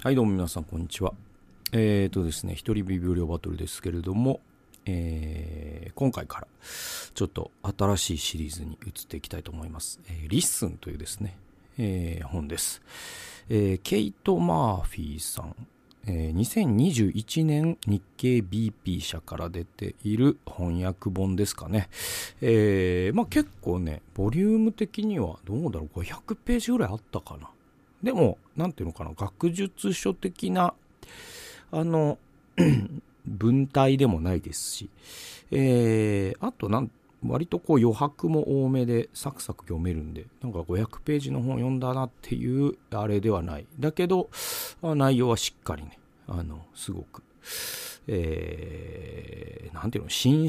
はい、どうも皆さんこんにちは。ですね、一人ビブリオバトルですけれども、今回からちょっと新しいシリーズに移っていきたいと思います。リッスンというですね、本です。ケイト・マーフィーさん、2021年日経 BP 社から出ている翻訳本ですかね。結構ね、ボリューム的にはどうだろう、500ページぐらいあったかな。でも、なんていうのかな、学術書的な、文体でもないですし、あと割とこう余白も多めでサクサク読めるんで、なんか500ページの本読んだなっていうあれではない。だけど、内容はしっかりね、すごく、なんていうの、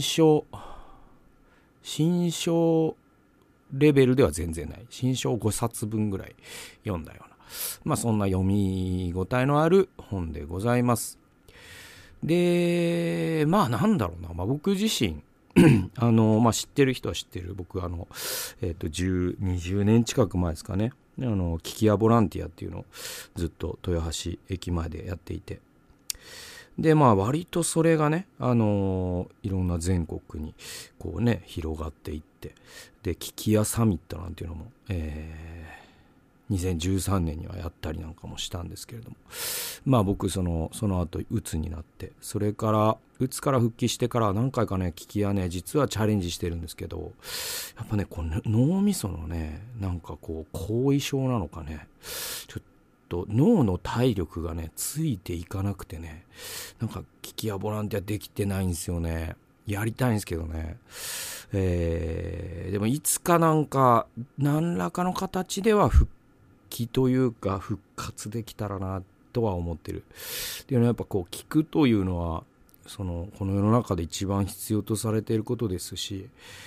新書レベルでは全然ない。新書5冊分ぐらい読んだような。そんな読み応えのある本でございます。で、なんだろうな、僕自身、知ってる人は知ってる。僕、20年近く前ですかね。聞き屋ボランティアっていうのをずっと豊橋駅前でやっていて。で、割とそれがね、いろんな全国にこうね、広がっていって、で、聞き屋サミットなんていうのも、2013年にはやったりなんかもしたんですけれども、僕その後うつになって、それからうつから復帰してから何回かね、聞き屋ね、実はチャレンジしてるんですけど、やっぱね、こう脳みそのね、なんかこう後遺症なのかね、ちょっと脳の体力がねついていかなくてね、なんか聞き屋ボランティアできてないんですよね。やりたいんですけどね。でもいつかなんか何らかの形では復帰というか復活できたらなとは思ってる。でもやっぱこう聞くというのはこの世の中で一番必要とされていることですし、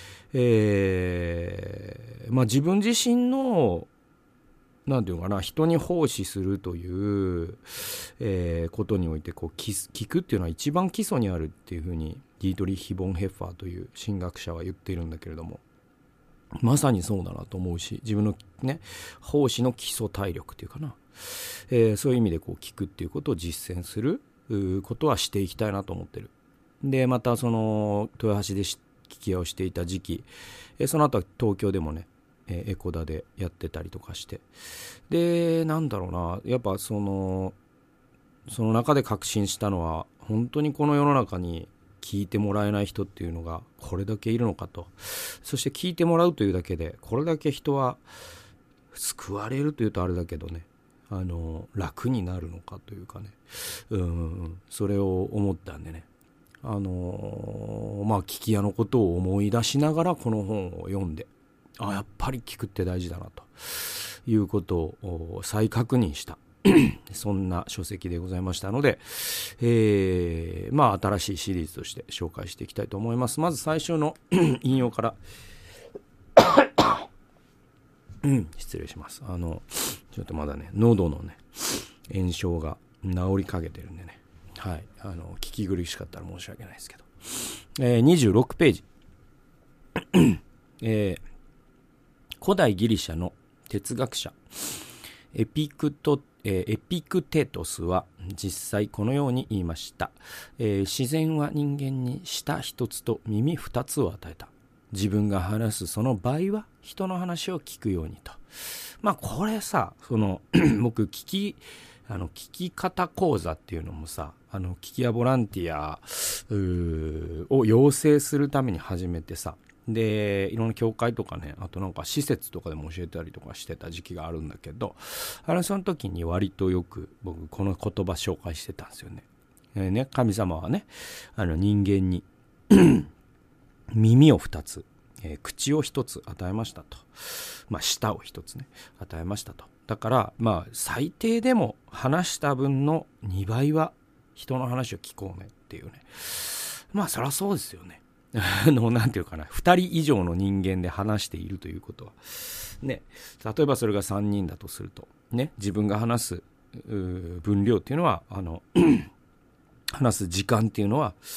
自分自身のなんていうのかな、人に奉仕するという、ことにおいてこう聞くっていうのは一番基礎にあるっていうふうにディートリヒ・ボンヘッファーという神学者は言っているんだけれども、まさにそうだなと思うし、自分のね、奉仕の基礎体力っていうかな、そういう意味でこう聞くっていうことを実践することはしていきたいなと思ってる。で、またその豊橋で聞き屋をしていた時期、その後は東京でもね、エコダでやってたりとかして、で、なんだろうな、やっぱその中で確信したのは、本当にこの世の中に聞いてもらえない人っていうのがこれだけいるのかと。そして聞いてもらうというだけでこれだけ人は救われるというとあれだけどね、楽になるのかというかね、それを思ったんでね、聞き屋のことを思い出しながらこの本を読んで、やっぱり聞くって大事だなということを再確認したそんな書籍でございましたので、新しいシリーズとして紹介していきたいと思います。まず最初の引用から失礼します。ちょっとまだね、喉のね、炎症が治りかけてるんでね、はい、聞き苦しかったら申し訳ないですけど、26ページ、古代ギリシャの哲学者エピクテトスは実際このように言いました。自然は人間に舌一つと耳二つを与えた。自分が話すその倍は人の話を聞くようにと。これさ、僕聞き方講座っていうのもさ、聞き屋ボランティアを養成するために始めてさ、でいろんな教会とかね、あとなんか施設とかでも教えたりとかしてた時期があるんだけど、その時に割とよく僕この言葉紹介してたんですよね。神様はね、人間に耳を2つ、口を1つ与えましたと、舌を1つね与えましたと。だから最低でも話した分の2倍は人の話を聞こうねっていうね。そりゃそうですよね。なんていうかな、2人以上の人間で話しているということはね、例えばそれが3人だとするとね、自分が話す分量っていうのは話す時間っていうのは、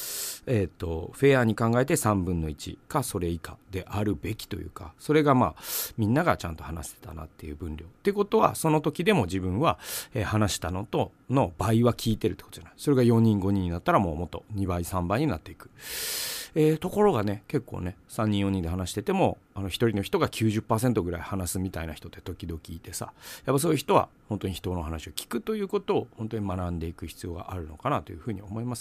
フェアに考えて3分の1かそれ以下であるべきというか、それがまあみんながちゃんと話してたなっていう分量ってことは、その時でも自分は話したのとの倍は聞いてるってことじゃない。それが4人5人になったらもうもっと2倍3倍になっていく。ところがね、結構ね3人4人で話してても1人の人が 90% ぐらい話すみたいな人って時々いてさ、やっぱそういう人は本当に人の話を聞くということを本当に学んでいく必要があるのかなというふうに思います。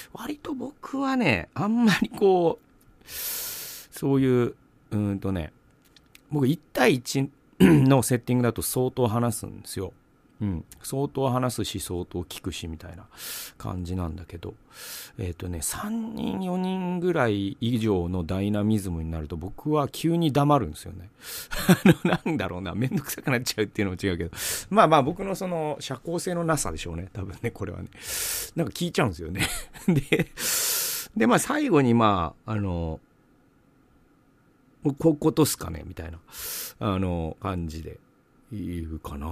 割と僕はね、あんまりこうそういう僕1対1のセッティングだと相当話すんですよ。相当話すし相当聞くしみたいな感じなんだけど、3人4人ぐらい以上のダイナミズムになると僕は急に黙るんですよね。なんだろうな、めんどくさくなっちゃうっていうのも違うけど、まあ僕のその社交性のなさでしょうね、多分ね。これはねなんか聞いちゃうんですよね。でまあ最後にこことっすかねみたいな感じで言うかな。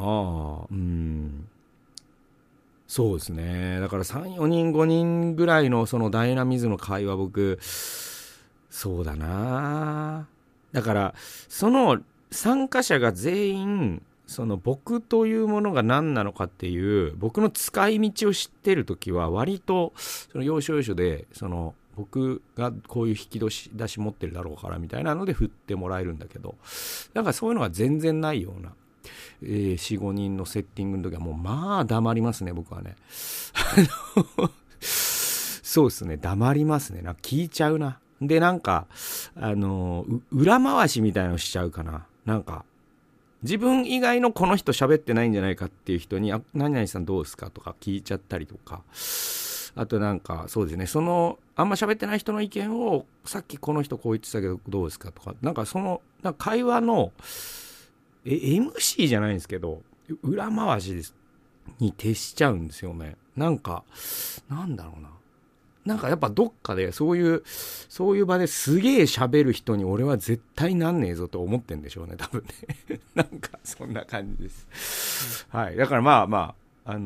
そうですね。だから3、4人、5人ぐらいのそのダイナミズムの会話、僕、そうだな。だから、その参加者が全員、その僕というものが何なのかっていう、僕の使い道を知ってるときは、割と、その要所要所で、僕がこういう引き出し持ってるだろうからみたいなので振ってもらえるんだけど、なんかそういうのが全然ないような、4、5人のセッティングの時はもうまあ黙りますね、僕はね。そうですね、黙りますね。なんか聞いちゃうな。で、なんか、裏回しみたいなのしちゃうかな。なんか、自分以外のこの人喋ってないんじゃないかっていう人に、何々さんどうですかとか聞いちゃったりとか、あとなんかそうですね、あんま喋ってない人の意見をさっきこの人こう言ってたけどどうですかとか、なんかなんか会話のMC じゃないんですけど裏回しに徹しちゃうんですよね。なんかなんだろうな、なんかやっぱどっかでそういう場ですげえ喋る人に俺は絶対なんねえぞと思ってんでしょうね、多分ね。なんかそんな感じです。はい。だからまあ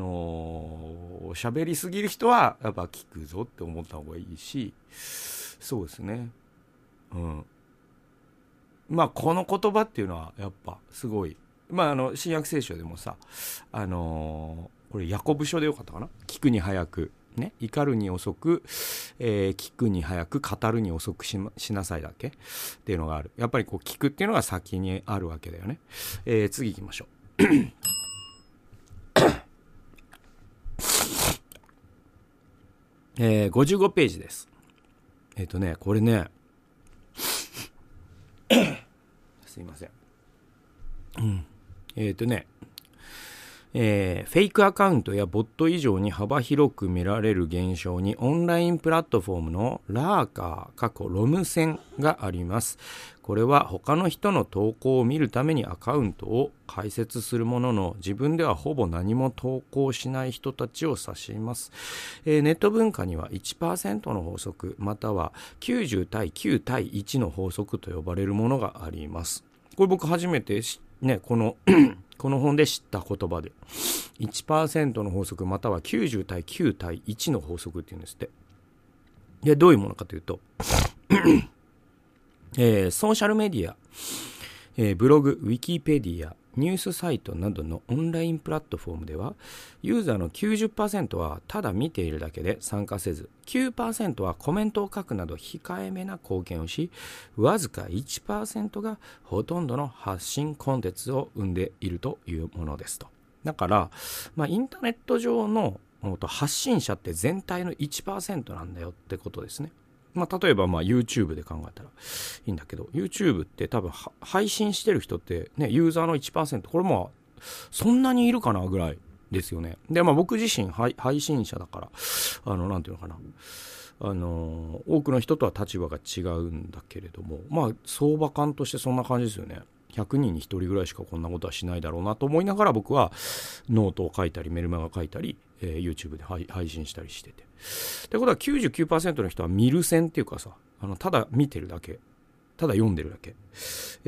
喋りすぎる人はやっぱ聞くぞって思った方がいいし、そうですね。まあこの言葉っていうのはやっぱすごい、まあ新約聖書でもさ、これヤコブ書でよかったかな。聞くに早くね、怒るに遅く、聞くに早く語るに遅くしなさいだっけっていうのがある。やっぱりこう聞くっていうのが先にあるわけだよね。次行きましょう。55ページです。これねすいません。フェイクアカウントやボット以上に幅広く見られる現象にオンラインプラットフォームのラーカーロム線があります。これは他の人の投稿を見るためにアカウントを開設するものの、自分ではほぼ何も投稿しない人たちを指します。ネット文化には 1% の法則または90対9対1の法則と呼ばれるものがあります。これ僕初めてね、この本で知った言葉で 1% の法則または90対9対1の法則っていうんですって。で、どういうものかというとソーシャルメディア、ブログ、ウィキペディア、ニュースサイトなどのオンラインプラットフォームでは、ユーザーの 90% はただ見ているだけで参加せず、9% はコメントを書くなど控えめな貢献をし、わずか 1% がほとんどの発信コンテンツを生んでいるというものですと。だから、インターネット上の発信者って全体の 1% なんだよってことですね。例えばYouTube で考えたらいいんだけど、 YouTube って多分配信してる人ってね、ユーザーの 1%、 これそんなにいるかなぐらいですよね。で僕自身配信者だからなんていうのかな、多くの人とは立場が違うんだけれども、相場感としてそんな感じですよね。100人に1人ぐらいしかこんなことはしないだろうなと思いながら、僕はノートを書いたりメルマガ書いたり、YouTube で配信したりしてて、ってことは 99% の人は見る線っていうかさ、ただ見てるだけ、ただ読んでるだけ、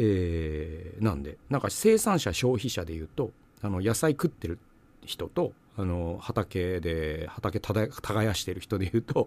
なんで、なんか生産者消費者でいうと野菜食ってる人と畑耕してる人で言うと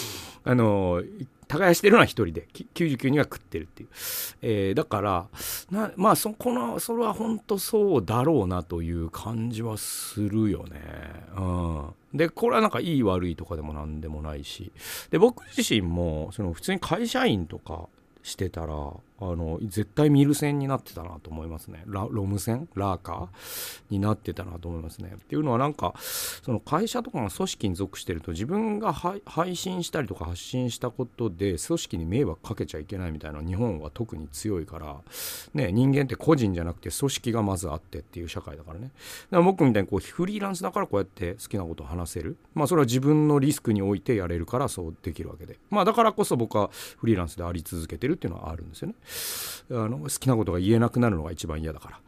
耕してるのは一人で99人が食ってるっていう、だからまあそれは本当そうだろうなという感じはするよね。でこれはなんかいい悪いとかでもなんでもないし、で僕自身も普通に会社員とかしてたら絶対ミル線になってたなと思いますね。ロム線ラーカーになってたなと思いますね。っていうのはなんか会社とかの組織に属してると自分が配信したりとか発信したことで組織に迷惑かけちゃいけないみたいな日本は特に強いからね、人間って個人じゃなくて組織がまずあってっていう社会だからね。だから僕みたいにフリーランスだからこうやって好きなことを話せる、まあそれは自分のリスクにおいてやれるからそうできるわけで、まあだからこそ僕はフリーランスであり続けてるっていうのはあるんですよね。好きなことが言えなくなるのが一番嫌だから、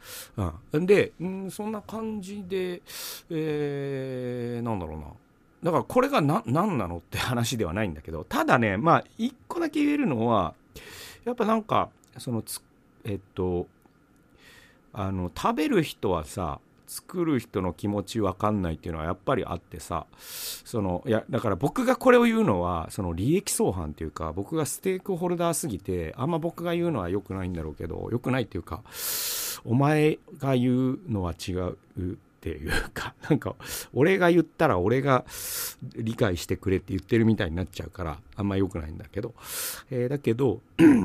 で、そんな感じで、なんだろうな、だからこれが何なのって話ではないんだけど、ただね、まあ一個だけ言えるのはやっぱなんか食べる人はさ作る人の気持ち分かんないっていうのはやっぱりあってさ、いやだから僕がこれを言うのは利益相反っていうか、僕がステークホルダーすぎてあんま僕が言うのは良くないんだろうけど、良くないっていうかお前が言うのは違うっていうか、なんか俺が言ったら俺が理解してくれって言ってるみたいになっちゃうからあんま良くないんだけど、だけど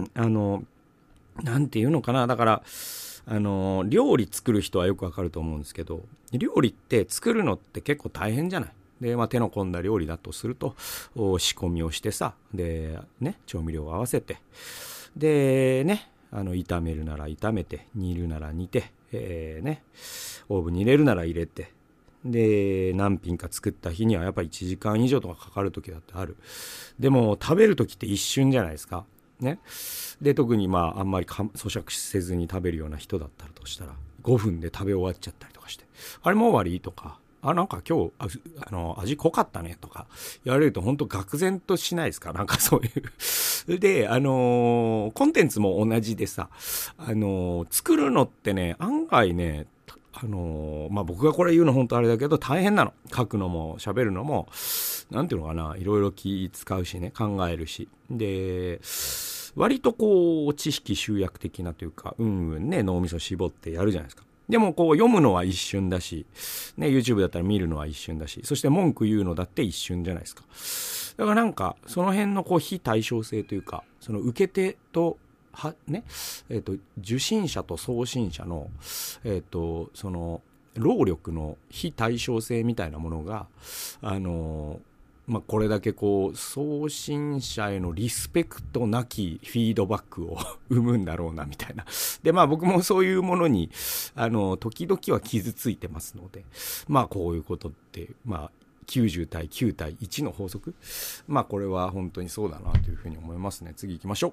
なんていうのかな、だから料理作る人はよくわかると思うんですけど、料理って作るのって結構大変じゃない。で、まあ、手の込んだ料理だとすると仕込みをしてさ、でね調味料を合わせて、でね炒めるなら炒めて、煮るなら煮て、オーブンに入れるなら入れて、で何品か作った日にはやっぱり1時間以上とかかかる時だってある。でも食べる時って一瞬じゃないですかね。で特にまああんまり咀嚼せずに食べるような人だったらとしたら5分で食べ終わっちゃったりとかして、あれもう終わりとか、なんか今日味濃かったねとか言われると本当愕然としないですか。なんかそういうでコンテンツも同じでさ、作るのってね案外ねまあ僕がこれ言うの本当あれだけど大変なの。書くのも喋るのもなんていうのかな、いろいろ気使うしね、考えるし、で割とこう知識集約的なというかね脳みそ絞ってやるじゃないですか。でもこう読むのは一瞬だし、ね YouTube だったら見るのは一瞬だし、そして文句言うのだって一瞬じゃないですか。だからなんかその辺のこう非対称性というか、受け手と受信者と送信者の労力の非対称性みたいなものがまあ、これだけこう送信者へのリスペクトなきフィードバックを生むんだろうなみたいな。でまあ僕もそういうものに時々は傷ついてますので、まあこういうことってまあ90対9対1の法則、まあこれは本当にそうだなというふうに思いますね。次行きましょう。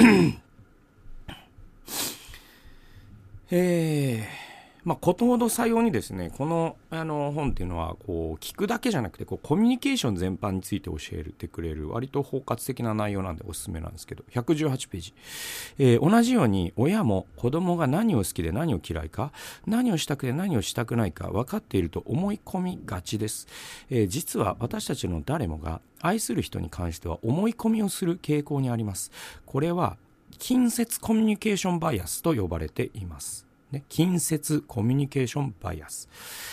まあ、ことほどさようにですね、この本っていうのはこう聞くだけじゃなくてこうコミュニケーション全般について教えてくれる割と包括的な内容なんでおすすめなんですけど、118ページ、同じように親も子供が何を好きで何を嫌いか、何をしたくて何をしたくないか分かっていると思い込みがちです。実は私たちの誰もが愛する人に関しては思い込みをする傾向にあります。これは近接コミュニケーションバイアスと呼ばれています。近接コミュニケーションバイアス、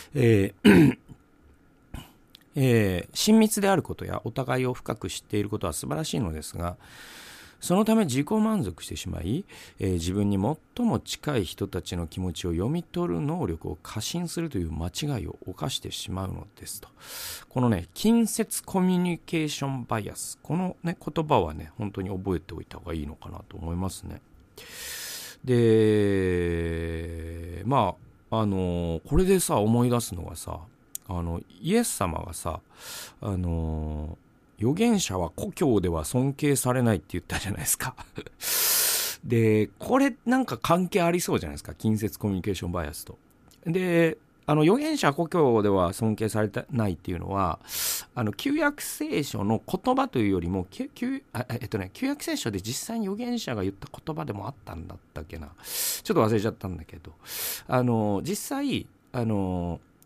親密であることやお互いを深く知っていることは素晴らしいのですが、そのため自己満足してしまい、自分に最も近い人たちの気持ちを読み取る能力を過信するという間違いを犯してしまうのですと。このね、近接コミュニケーションバイアス、このね言葉はね本当に覚えておいた方がいいのかなと思いますね。でまあこれでさ思い出すのがさ、イエス様がさ預言者は故郷では尊敬されないって言ったじゃないですかでこれなんか関係ありそうじゃないですか、近接コミュニケーションバイアスと。で預言者は故郷では尊敬されてないっていうのは旧約聖書の言葉というよりも旧約聖書で実際に預言者が言った言葉でもあったんだったっけな、ちょっと忘れちゃったんだけど実際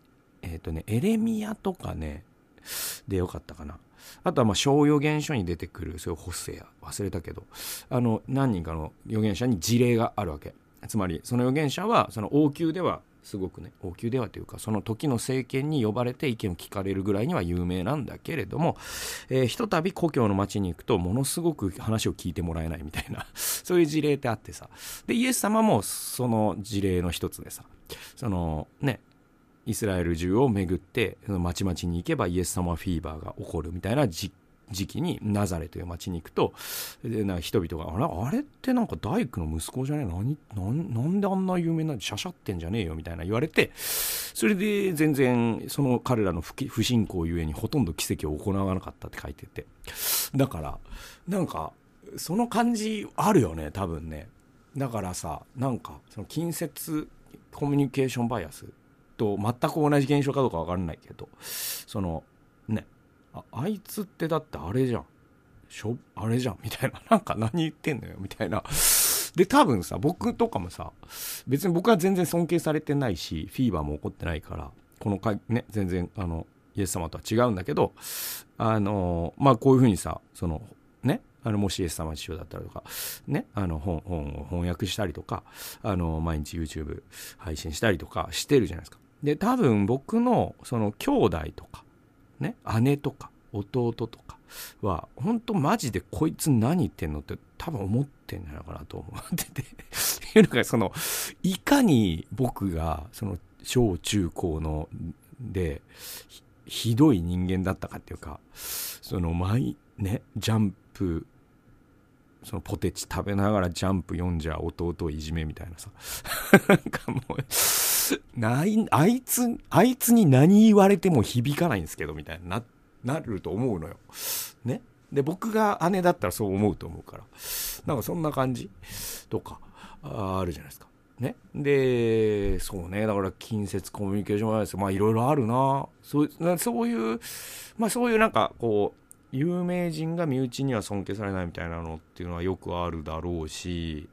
エレミヤとかね、でよかったかな。あとは小予言書に出てくる、そういうホセア、忘れたけど、何人かの預言者に事例があるわけ。つまり、その預言者は、その王宮では、すごくね、王宮ではというか、その時の政権に呼ばれて意見を聞かれるぐらいには有名なんだけれども、ひとたび故郷の町に行くと、ものすごく話を聞いてもらえないみたいな、そういう事例ってあってさ。で、イエス様もその事例の一つでさ、そのね、イスラエル中を巡って町々に行けばイエス様フィーバーが起こるみたいな時期にナザレという町に行くと、で人々があれってなんか大工の息子じゃねえ、なんであんな有名なしゃしゃってんじゃねえよみたいな言われて、それで全然その彼らの不信仰ゆえにほとんど奇跡を行わなかったって書いてて、だからなんかその感じあるよね多分ね。だからさ、なんかその近接コミュニケーションバイアスと全く同じ現象かどうか分からないけど、そのね、あいつってだってあれじゃん、あれじゃんみたいな、なんか何言ってんのよみたいな。で多分さ、僕とかもさ、別に僕は全然尊敬されてないし、フィーバーも起こってないから、この回ね、全然イエス様とは違うんだけど、こういうふうにさ、そのね、もしイエス様が師匠だったりとかね、本を翻訳したりとか、毎日 YouTube 配信したりとかしてるじゃないですか。で多分僕のその兄弟とかね、姉とか弟とかは本当マジでこいつ何言ってんのって多分思ってんじゃないかなと思ってていうのが、そのいかに僕がその小中高のでひどい人間だったかっていうか、そのね、ジャンプ、そのポテチ食べながらジャンプ読んじゃ弟をいじめみたいなさなんかもうあいつに何言われても響かないんですけどみたいなると思うのよね。で僕が姉だったらそう思うと思うから、なんかそんな感じとかあるじゃないですかね。でそうね、だから近接コミュニケーションはですよ、いろいろあるな、そういうそういうなんかこう有名人が身内には尊敬されないみたいなのっていうのはよくあるだろうし、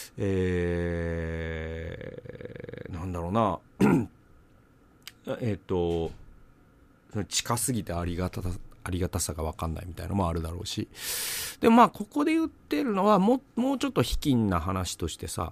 なんだろうな近すぎてありがたさが分かんないみたいなのもあるだろうし、でここで言ってるのはもうちょっと卑近な話としてさ、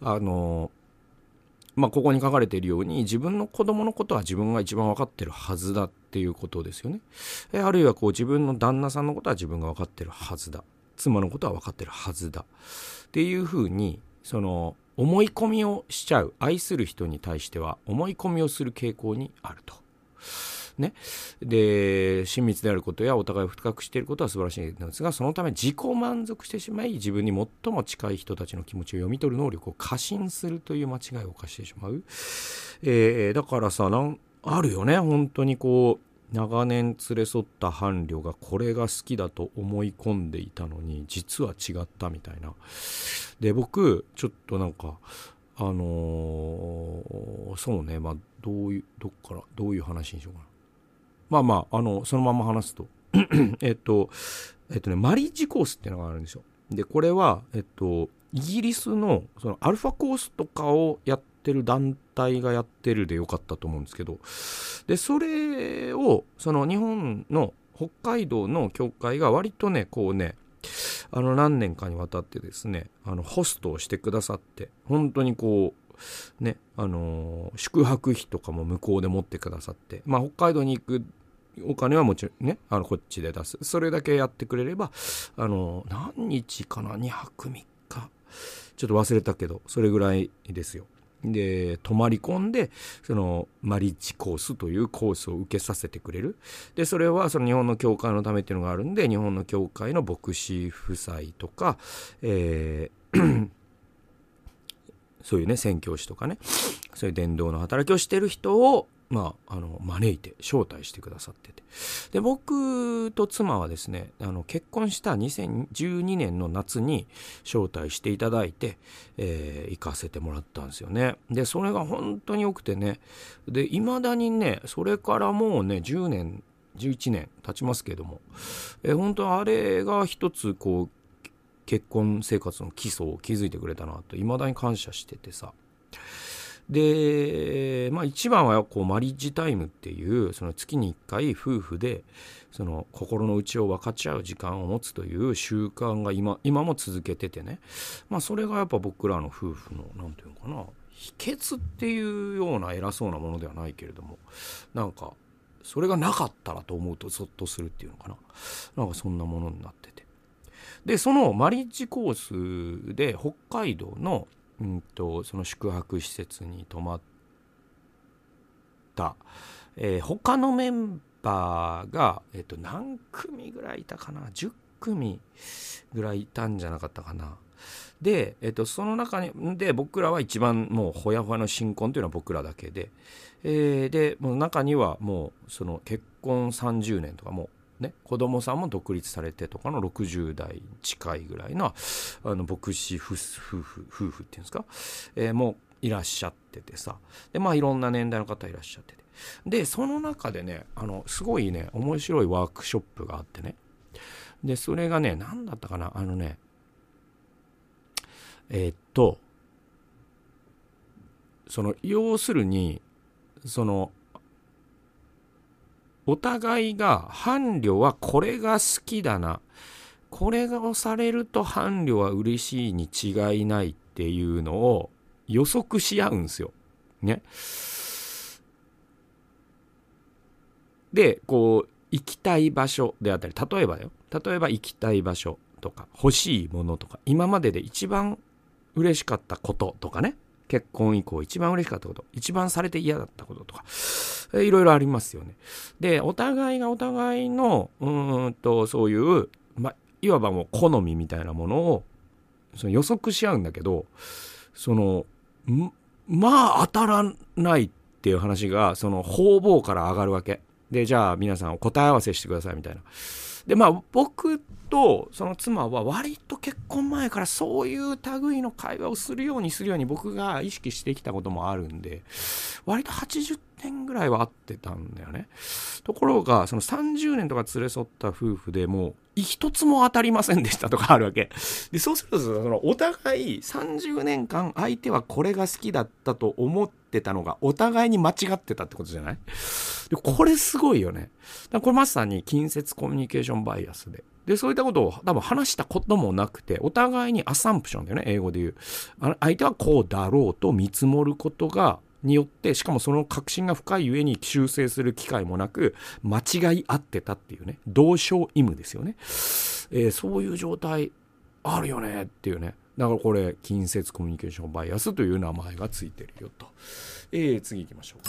ここに書かれているように自分の子供のことは自分が一番分かってるはずだっていうことですよね。あるいはこう自分の旦那さんのことは自分が分かってるはずだ、妻のことは分かってるはずだっていうふうに、その思い込みをしちゃう、愛する人に対しては思い込みをする傾向にあるとね。で親密であることやお互いを深くしていることは素晴らしいのですが、そのため自己満足してしまい、自分に最も近い人たちの気持ちを読み取る能力を過信するという間違いを犯してしまう。だからさ、あるよね、本当にこう長年連れ添った伴侶がこれが好きだと思い込んでいたのに実は違ったみたいな。で僕ちょっとなんかそうね、どっからどういう話にしようかな。そのまま話すとマリッジコースっていうのがあるんですよ。でこれはイギリスのそのアルファコースとかをやってる団体がやってるでよかったと思うんですけど、でそれをその日本の北海道の教会が割とねこうね何年かにわたってですねホストをしてくださって、本当にこうね宿泊費とかも向こうで持ってくださって、北海道に行くお金はもちろんねこっちで出す、それだけやってくれれば何日かな、2泊3日ちょっと忘れたけどそれぐらいですよ。で泊まり込んでそのマリッジコースというコースを受けさせてくれる。でそれはその日本の教会のためっていうのがあるんで、日本の教会の牧師夫妻とか、そういうね宣教師とかね、そういう伝道の働きをしてる人を招いて招待してくださってて、で僕と妻はですね結婚した2012年の夏に招待していただいて、行かせてもらったんですよね。でそれが本当に良くてね、で未だにねそれからもうね10年11年経ちますけども、本当あれが一つこう結婚生活の基礎を築いてくれたなと未だに感謝しててさ。 で、一番はこうマリッジタイムっていうその月に1回夫婦でその心の内を分かち合う時間を持つという習慣が今も続けててね、それがやっぱ僕らの夫婦のなんていうのかな、秘訣っていうような偉そうなものではないけれども、なんかそれがなかったらと思うとゾッとするっていうのかな、なんかそんなものになってて、でそのマリッジコースで北海道のその宿泊施設に泊まった、他のメンバーが、何組ぐらいいたかな、10組ぐらいいたんじゃなかったかな。で、その中で僕らは一番もうほやほやの新婚というのは僕らだけで、でもう中にはもうその結婚30年とかもね、子供さんも独立されてとかの60代近いぐらいの牧師夫婦っていうんですか、もういらっしゃっててさ、でいろんな年代の方いらっしゃってて、でその中でねすごいね面白いワークショップがあってね、でそれがね何だったかな、その要するにそのお互いが伴侶はこれが好きだな、これがされると伴侶は嬉しいに違いないっていうのを予測し合うんですよ。ね。で、こう行きたい場所であったり、例えば行きたい場所とか欲しいものとか、今までで一番嬉しかったこととかね、結婚以降一番嬉しかったこと、一番されて嫌だったこととか、いろいろありますよね。で、お互いがお互いのそういう、いわばもう好みみたいなものをその予測し合うんだけど、その当たらないっていう話がその方々から上がるわけで、じゃあ皆さん答え合わせしてくださいみたいな。で僕とその妻は割と結婚前からそういう類の会話をするように僕が意識してきたこともあるんで、割と80点ぐらいは合ってたんだよね。ところがその30年とか連れ添った夫婦でもう一つも当たりませんでしたとかあるわけで、そうするとそのお互い30年間相手はこれが好きだったと思ってたのがお互いに間違ってたってことじゃない？でこれすごいよね。これまさに近接コミュニケーションバイアスでそういったことを多分話したこともなくて、お互いにアサンプションだよね、英語で言う。相手はこうだろうと見積もることによって、しかもその確信が深いゆえに修正する機会もなく間違い合ってたっていうね、同床異夢ですよね。そういう状態あるよねっていうね。だからこれ近接コミュニケーションバイアスという名前がついてるよと。次行きましょ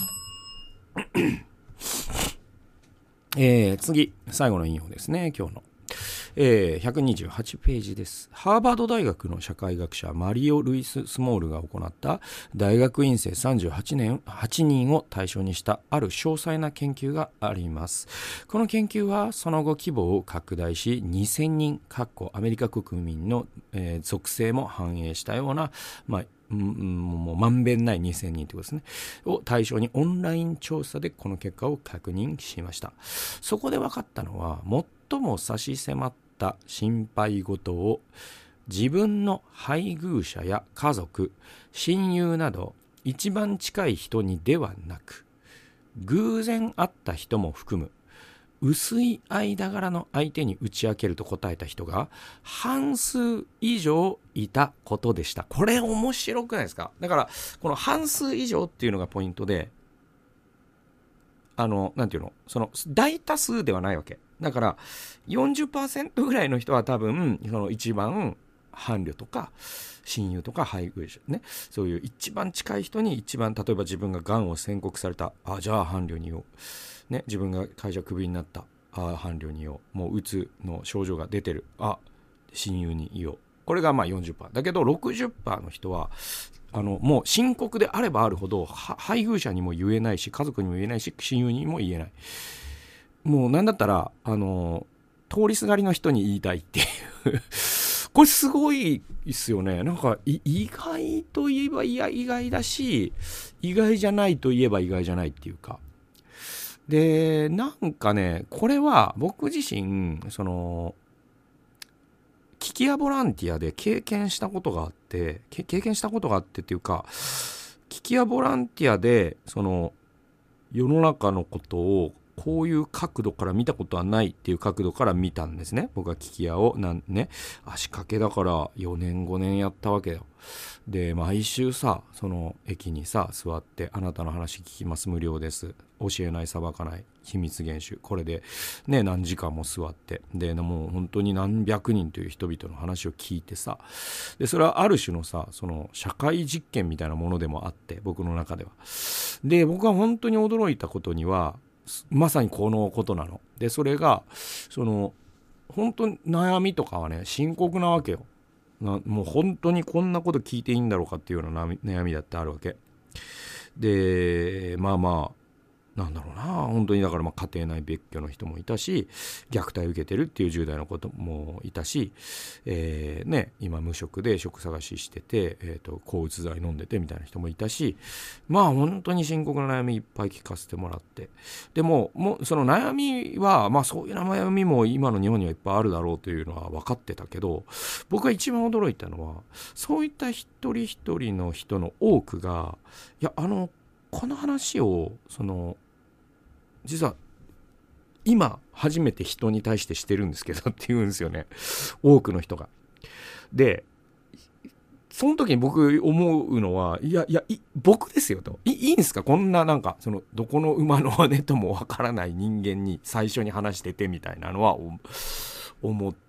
う。次最後の引用ですね、今日の。128ページです。ハーバード大学の社会学者マリオ・ルイス・スモールが行った大学院生8人を対象にしたある詳細な研究があります。この研究はその後規模を拡大し2000人アメリカ国民の、属性も反映したような、もうまんべんない2000人ということですねを対象にオンライン調査でこの結果を確認しました。そこで分かったのは、最も差し迫った心配事を自分の配偶者や家族、親友など一番近い人にではなく、偶然会った人も含む薄い間柄の相手に打ち明けると答えた人が半数以上いたことでした。これ面白くないですか？だからこの半数以上っていうのがポイントで、なんていうの、その大多数ではないわけだから、 40% ぐらいの人は多分その一番伴侶とか親友とか配偶者ね、そういう一番近い人に一番、例えば自分ががんを宣告された、じゃあ伴侶に言おうね、自分が会社クビになった、伴侶に言おう、もううつの症状が出てる、親友に言おう、これが40%だけど、 60% の人はもう深刻であればあるほど配偶者にも言えないし、家族にも言えないし、親友にも言えない。もうなんだったら通りすがりの人に言いたいっていうこれすごいですよね。なんか意外と言えば意外だし、意外じゃないと言えば意外じゃないっていうか。でなんかね、これは僕自身その聞き屋ボランティアで経験したことがあってっていうか、 聞き屋ボランティアでその世の中のことをこういう角度から見たことはないっていう角度から見たんですね。僕は聞き屋を足掛けだから4年5年やったわけよ。で毎週さ、その駅にさ座って、あなたの話聞きます無料です、教えない裁かない秘密厳守、これでね何時間も座って、でもう本当に何百人という人々の話を聞いてさ、でそれはある種のさ、その社会実験みたいなものでもあって、僕の中では。で僕は本当に驚いたことには、まさにこのことなので、それがその本当に悩みとかはね深刻なわけよ。もう本当にこんなこと聞いていいんだろうかっていうような悩みだってあるわけで、なんだろうな、本当にだから家庭内別居の人もいたし、虐待を受けてるっていう10代の子もいたし、今無職で職探ししてて、抗うつ剤飲んでてみたいな人もいたし、本当に深刻な悩みいっぱい聞かせてもらって、でもうその悩みはそういう悩みも今の日本にはいっぱいあるだろうというのは分かってたけど、僕が一番驚いたのは、そういった一人一人の人の多くが、この話を実は今初めて人に対してしてるんですけどって言うんですよね、多くの人が。でその時に僕思うのは、僕ですよと、いいんですか、こんなどこの馬の骨ともわからない人間に最初に話しててみたいなのは思って、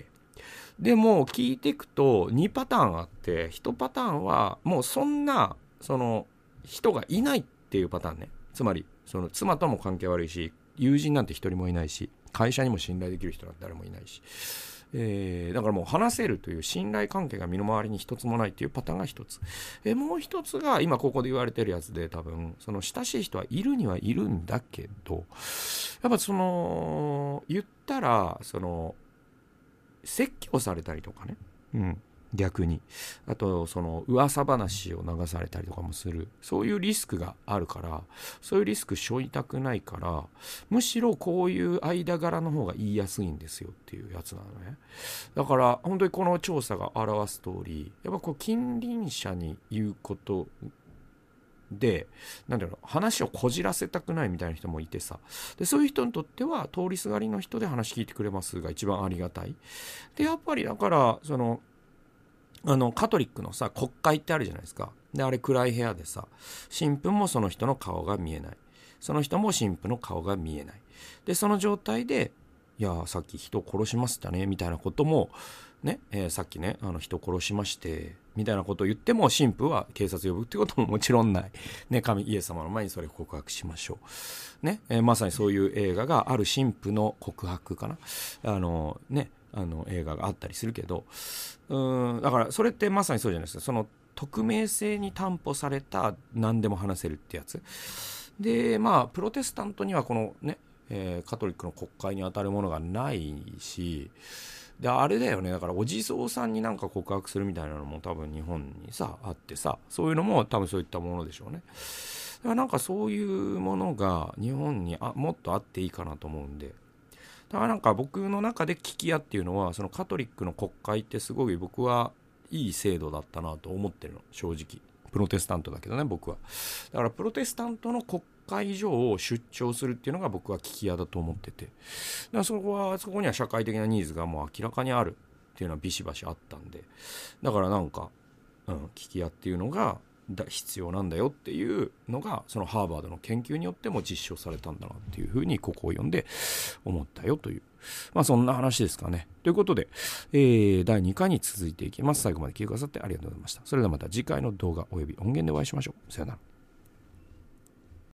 でも聞いていくと2パターンあって、1パターンはもうそんな人がいないっていうパターンね。つまり妻とも関係悪いし、友人なんて一人もいないし、会社にも信頼できる人なんて誰もいないし、だからもう話せるという信頼関係が身の回りに一つもないっていうパターンが一つ。もう一つが今ここで言われてるやつで、多分親しい人はいるにはいるんだけど、やっぱ言ったら説教されたりとかね、逆にあと噂話を流されたりとかもする、そういうリスクがあるから、そういうリスク背負いたくないから、むしろこういう間柄の方が言いやすいんですよっていうやつなのね。だから本当にこの調査が表す通り、やっぱ近隣者に言うことで話をこじらせたくないみたいな人もいてさ、でそういう人にとっては通りすがりの人で話聞いてくれますが一番ありがたい。でやっぱりだからカトリックのさ国会ってあるじゃないですか。であれ暗い部屋でさ、神父もその人の顔が見えない、その人も神父の顔が見えないで、その状態でさっき人を殺しましたねみたいなこともね、さっきね人殺しましてみたいなことを言っても、神父は警察呼ぶってことももちろんないね。イエス様の前にそれを告白しましょうね。まさにそういう映画がある、神父の告白かな、映画があったりするけど、だからそれってまさにそうじゃないですか。匿名性に担保された何でも話せるってやつで、プロテスタントにはこのね、カトリックの国会に当たるものがないし、であれだよね、だからお地蔵さんに告白するみたいなのも多分日本にさあってさ、そういうのも多分そういったものでしょうね。だからそういうものが日本にもっとあっていいかなと思うんで、だから僕の中で聞き屋っていうのは、カトリックの国会ってすごい僕はいい制度だったなと思ってるの、正直。プロテスタントだけどね、僕は。だからプロテスタントの国会場を出張するっていうのが僕は聞き屋だと思ってて、だからそこには社会的なニーズがもう明らかにあるっていうのはビシバシあったんで、だから聞き屋っていうのが必要なんだよっていうのが、ハーバードの研究によっても実証されたんだなっていうふうにここを読んで思ったよという、そんな話ですかね。ということで、第2回に続いていきます。最後まで聞いてくださってありがとうございました。それではまた次回の動画および音源でお会いしましょう。さよなら。